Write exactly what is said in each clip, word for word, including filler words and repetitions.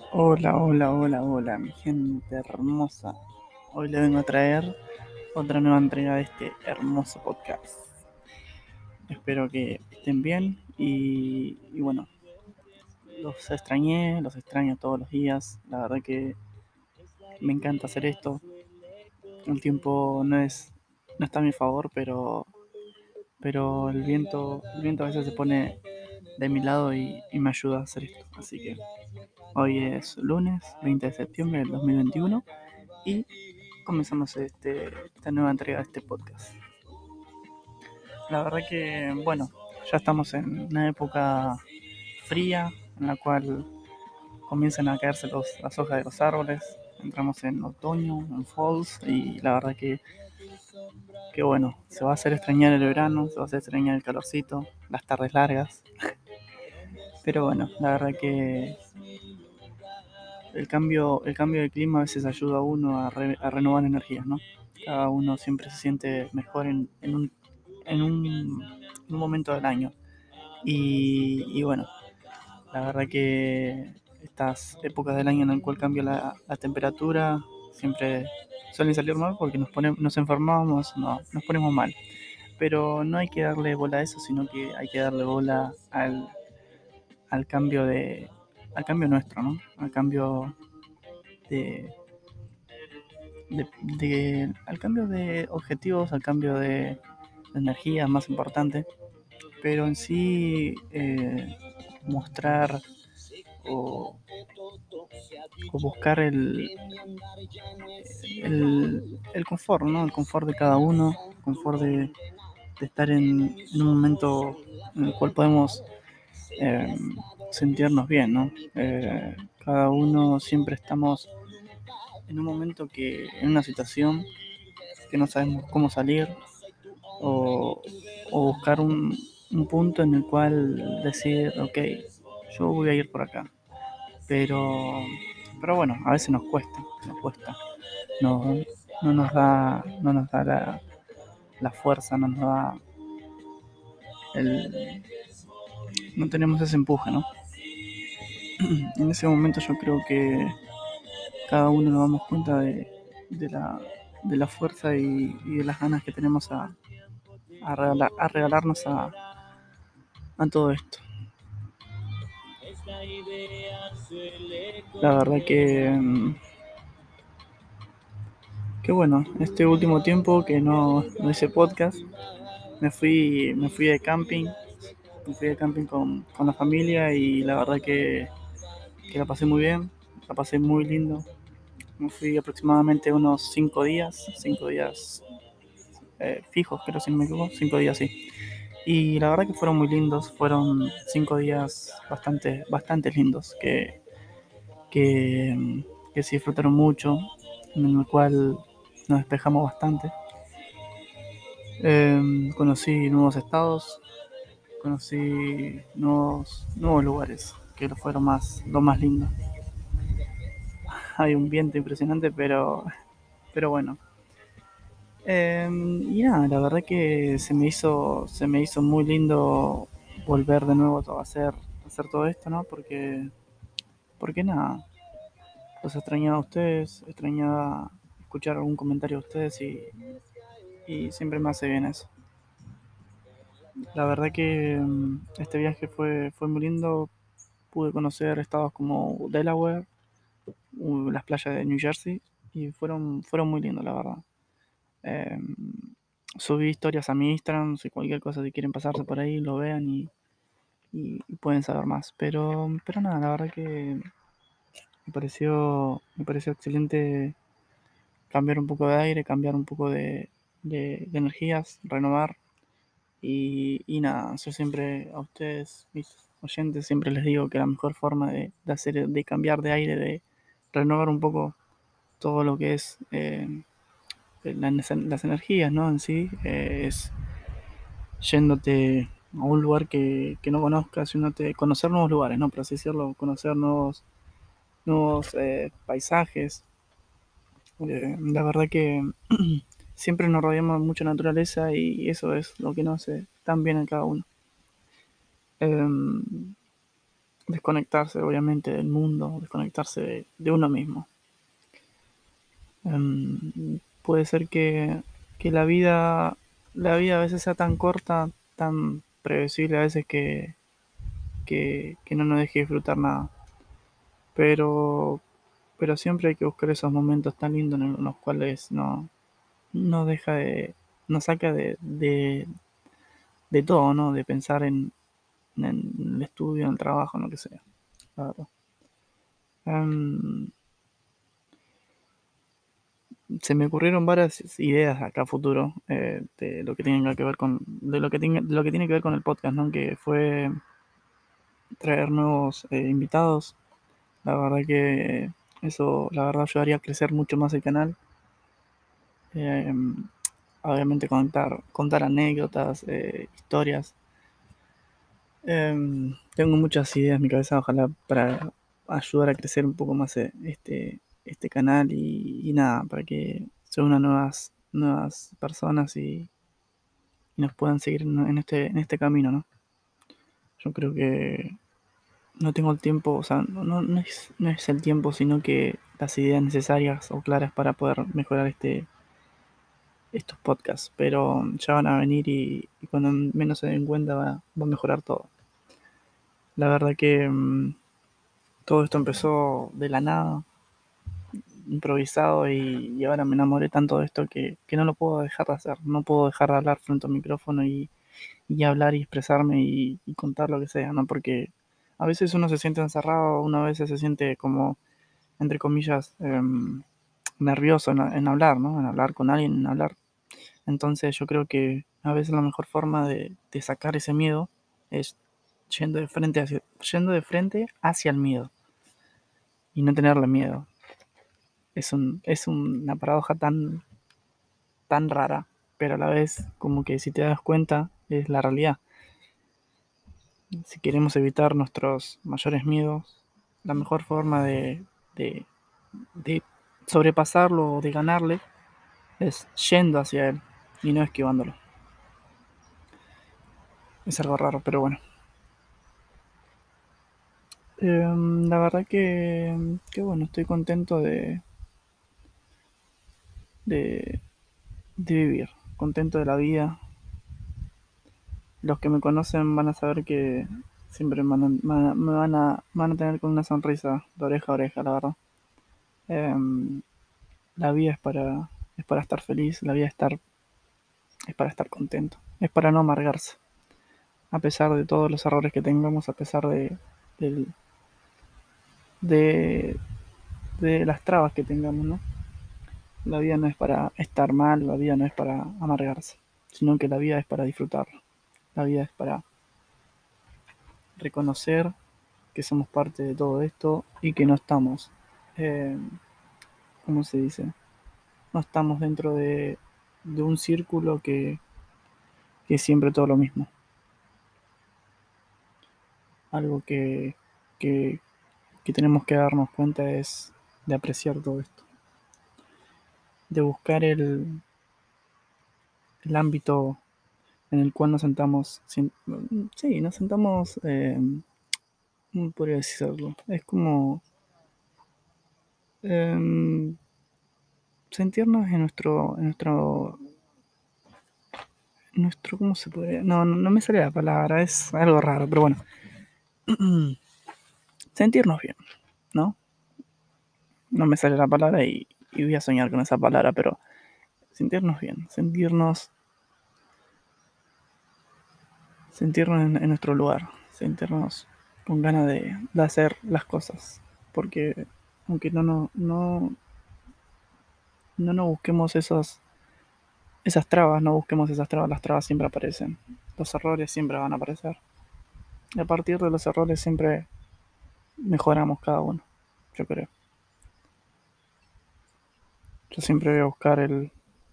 Hola, hola, hola, hola, mi gente hermosa. Hoy le vengo a traer otra nueva entrega de este hermoso podcast. Espero que estén bien y, y bueno, los extrañé, los extraño todos los días. La verdad que me encanta hacer esto. El tiempo no es no está a mi favor, pero pero el viento el viento a veces se pone de mi lado y, y me ayuda a hacer esto. Así que hoy es lunes veinte de septiembre del dos mil veintiuno y comenzamos este, esta nueva entrega de este podcast. La verdad que, bueno, ya estamos en una época fría en la cual comienzan a caerse los, las hojas de los árboles. Entramos en otoño, en falls, y la verdad que, que bueno, se va a hacer extrañar el verano, se va a hacer extrañar el calorcito, las tardes largas. Pero bueno, la verdad que el cambio, el cambio de clima a veces ayuda a uno a, re, a renovar energías, ¿no? Cada uno siempre se siente mejor en, en, un, en, un, en un momento del año. Y, y, bueno, la verdad que estas épocas del año en el cual cambia la, la temperatura siempre suelen salir mal porque nos, ponemos, nos enfermamos, no, nos ponemos mal. Pero no hay que darle bola a eso, sino que hay que darle bola al, al cambio de al cambio nuestro, ¿no? Al cambio de, de, de, al cambio de objetivos, al cambio de, de energía, más importante, pero en sí eh, mostrar o, o buscar el, el, el confort, ¿no? El confort de cada uno, el confort de, de estar en, en, un momento en el cual podemos eh, sentirnos bien, ¿no? Eh, cada uno siempre estamos en un momento que, en una situación que no sabemos cómo salir, o, o buscar un, un punto en el cual decir, ok, yo voy a ir por acá. Pero, pero bueno, a veces nos cuesta, nos cuesta. No, no nos da, no nos da la, la fuerza, no nos da el, no tenemos ese empuje, ¿no? En ese momento yo creo que cada uno nos damos cuenta de, de la, de la fuerza y, y de las ganas que tenemos a, a, regalar, a regalarnos a, a todo esto. La verdad que, que bueno, este último tiempo que no, no hice podcast, me fui, me fui de camping, me fui de camping con, con la familia y la verdad que, que la pasé muy bien, la pasé muy lindo. Me fui aproximadamente unos cinco días, cinco días eh, fijos, creo si no me equivoco, cinco días sí. Y la verdad que fueron muy lindos, fueron cinco días bastante, bastante lindos, que, que, que se disfrutaron mucho, en el cual nos despejamos bastante. Eh, conocí nuevos estados, conocí nuevos, nuevos lugares, que fueron más, lo más lindo. Hay un viento impresionante, pero, pero bueno. Eh, y nada, la verdad que se me hizo, se me hizo muy lindo volver de nuevo a hacer, a hacer todo esto, ¿no? Porque, porque nada, los extrañaba a ustedes, extrañaba escuchar algún comentario de ustedes y, y siempre me hace bien eso. La verdad que um, este viaje fue, fue muy lindo. Pude conocer estados como Delaware, uh, las playas de New Jersey y fueron, fueron muy lindos, la verdad. Eh, subí historias a mi Instagram, si cualquier cosa, si quieren pasarse por ahí, lo vean y, y, y pueden saber más. Pero, pero nada, la verdad que me pareció, me pareció excelente cambiar un poco de aire, cambiar un poco de, de, de energías, renovar. Y, y nada, yo siempre a ustedes, mis oyentes, siempre les digo que la mejor forma de, de hacer, de cambiar de aire, de renovar un poco todo lo que es eh, la, las energías, ¿no? En sí, eh, es yéndote a un lugar que, que no conozcas, yéndote, conocer nuevos lugares, ¿no? Por así decirlo, conocer nuevos, nuevos eh, paisajes. Eh, la verdad que siempre nos rodeamos de mucha naturaleza y eso es lo que nos hace tan bien a cada uno. Eh, desconectarse obviamente del mundo, desconectarse de, de uno mismo. Um, puede ser que, que la vida la vida a veces sea tan corta, tan predecible a veces que, que, que no nos deje disfrutar nada. Pero, pero siempre hay que buscar esos momentos tan lindos en los cuales no, no deja de, nos saca de, de, de todo, ¿no? De pensar en, en el estudio, en el trabajo, en lo que sea. La verdad. Um, se me ocurrieron varias ideas acá a futuro eh, de lo que tiene que ver con de lo que tiene de lo que tiene que ver con el podcast, ¿no? Que fue traer nuevos eh, invitados. La verdad que eso, la verdad, ayudaría a crecer mucho más el canal. Eh, obviamente contar contar anécdotas, eh, historias. Eh, tengo muchas ideas en mi cabeza, ojalá para ayudar a crecer un poco más eh, este este canal y, y nada, para que se unan nuevas nuevas personas y, y nos puedan seguir en, en este, en este camino, ¿no? Yo creo que no tengo el tiempo, o sea, no, no, no, es, no es el tiempo, sino que las ideas necesarias o claras para poder mejorar este estos podcasts, pero ya van a venir y, y cuando menos se den cuenta va, va, a mejorar todo. La verdad que mmm, todo esto empezó de la nada, improvisado y, y ahora me enamoré tanto de esto que, que no lo puedo dejar de hacer, no puedo dejar de hablar frente a un micrófono y, y hablar y expresarme y, y, contar lo que sea, ¿no? Porque a veces uno se siente encerrado, uno a veces se siente como, entre comillas, eh, nervioso en, en, hablar, ¿no? En hablar con alguien, en hablar. Entonces yo creo que a veces la mejor forma de, de sacar ese miedo es yendo de frente hacia, yendo de frente hacia el miedo y no tenerle miedo. Es, un, es una paradoja tan, tan rara, pero a la vez como que si te das cuenta es la realidad. Si queremos evitar nuestros mayores miedos, la mejor forma de, de, de sobrepasarlo o de ganarle es yendo hacia él y no esquivándolo. Es algo raro, pero bueno. Eh, la verdad que, que bueno, estoy contento de, de, de vivir, contento de la vida. Los que me conocen van a saber que siempre me van a, me van a, me van a tener con una sonrisa de oreja a oreja, la verdad. Eh, la vida es para, es para estar feliz, la vida es, estar, es para estar contento, es para no amargarse. A pesar de todos los errores que tengamos, a pesar de, de, de, de las trabas que tengamos, ¿no? La vida no es para estar mal, la vida no es para amargarse, sino que la vida es para disfrutarlo. La vida es para reconocer que somos parte de todo esto y que no estamos, eh, ¿cómo se dice? No estamos dentro de, de un círculo que, que es siempre todo lo mismo. Algo que, que, que tenemos que darnos cuenta es de apreciar todo esto, de buscar el, el ámbito en el cual nos sentamos, sí, nos sentamos, eh, ¿cómo podría decirlo? Es como eh, sentirnos en nuestro, en nuestro, nuestro, ¿cómo se podría? No, no, no me sale la palabra, es algo raro, pero bueno, sentirnos bien, ¿no? No me sale la palabra y, y voy a soñar con esa palabra, pero sentirnos bien, sentirnos, sentirnos en, en nuestro lugar, sentirnos con ganas de, de hacer las cosas, porque aunque no, no, no, no nos busquemos esos, esas trabas, no busquemos esas trabas, las trabas siempre aparecen, los errores siempre van a aparecer. Y a partir de los errores siempre mejoramos cada uno, yo creo. Yo siempre voy a buscar el,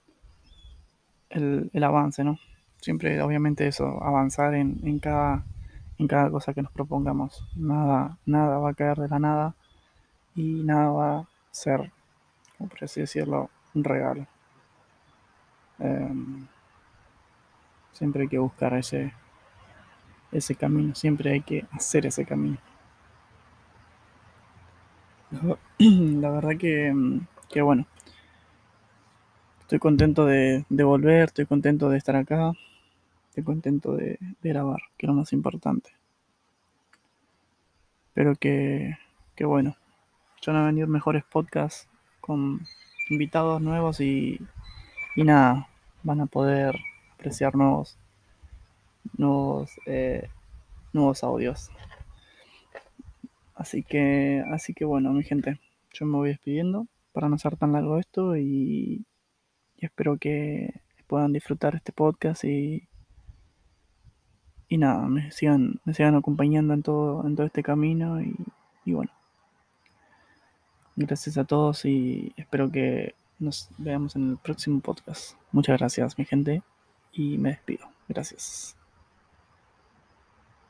el, el avance, ¿no? Siempre, obviamente, eso, avanzar en, en, cada, en cada cosa que nos propongamos. Nada, nada va a caer de la nada y nada va a ser, como por así decirlo, un regalo. Eh, siempre hay que buscar ese, ese camino, siempre hay que hacer ese camino. La verdad que, que bueno, estoy contento de, de volver, estoy contento de estar acá, estoy contento de, de grabar, que es lo más importante. Espero que, que bueno, ya van a venir mejores podcasts con invitados nuevos y, y nada, van a poder apreciar nuevos, nuevos, eh, nuevos audios. Así que, así que bueno, mi gente, yo me voy despidiendo para no hacer tan largo esto y, y espero que puedan disfrutar este podcast y, y nada, me sigan, me sigan acompañando en todo, en todo este camino y, y bueno, gracias a todos y espero que nos veamos en el próximo podcast. Muchas gracias, mi gente, y me despido. Gracias.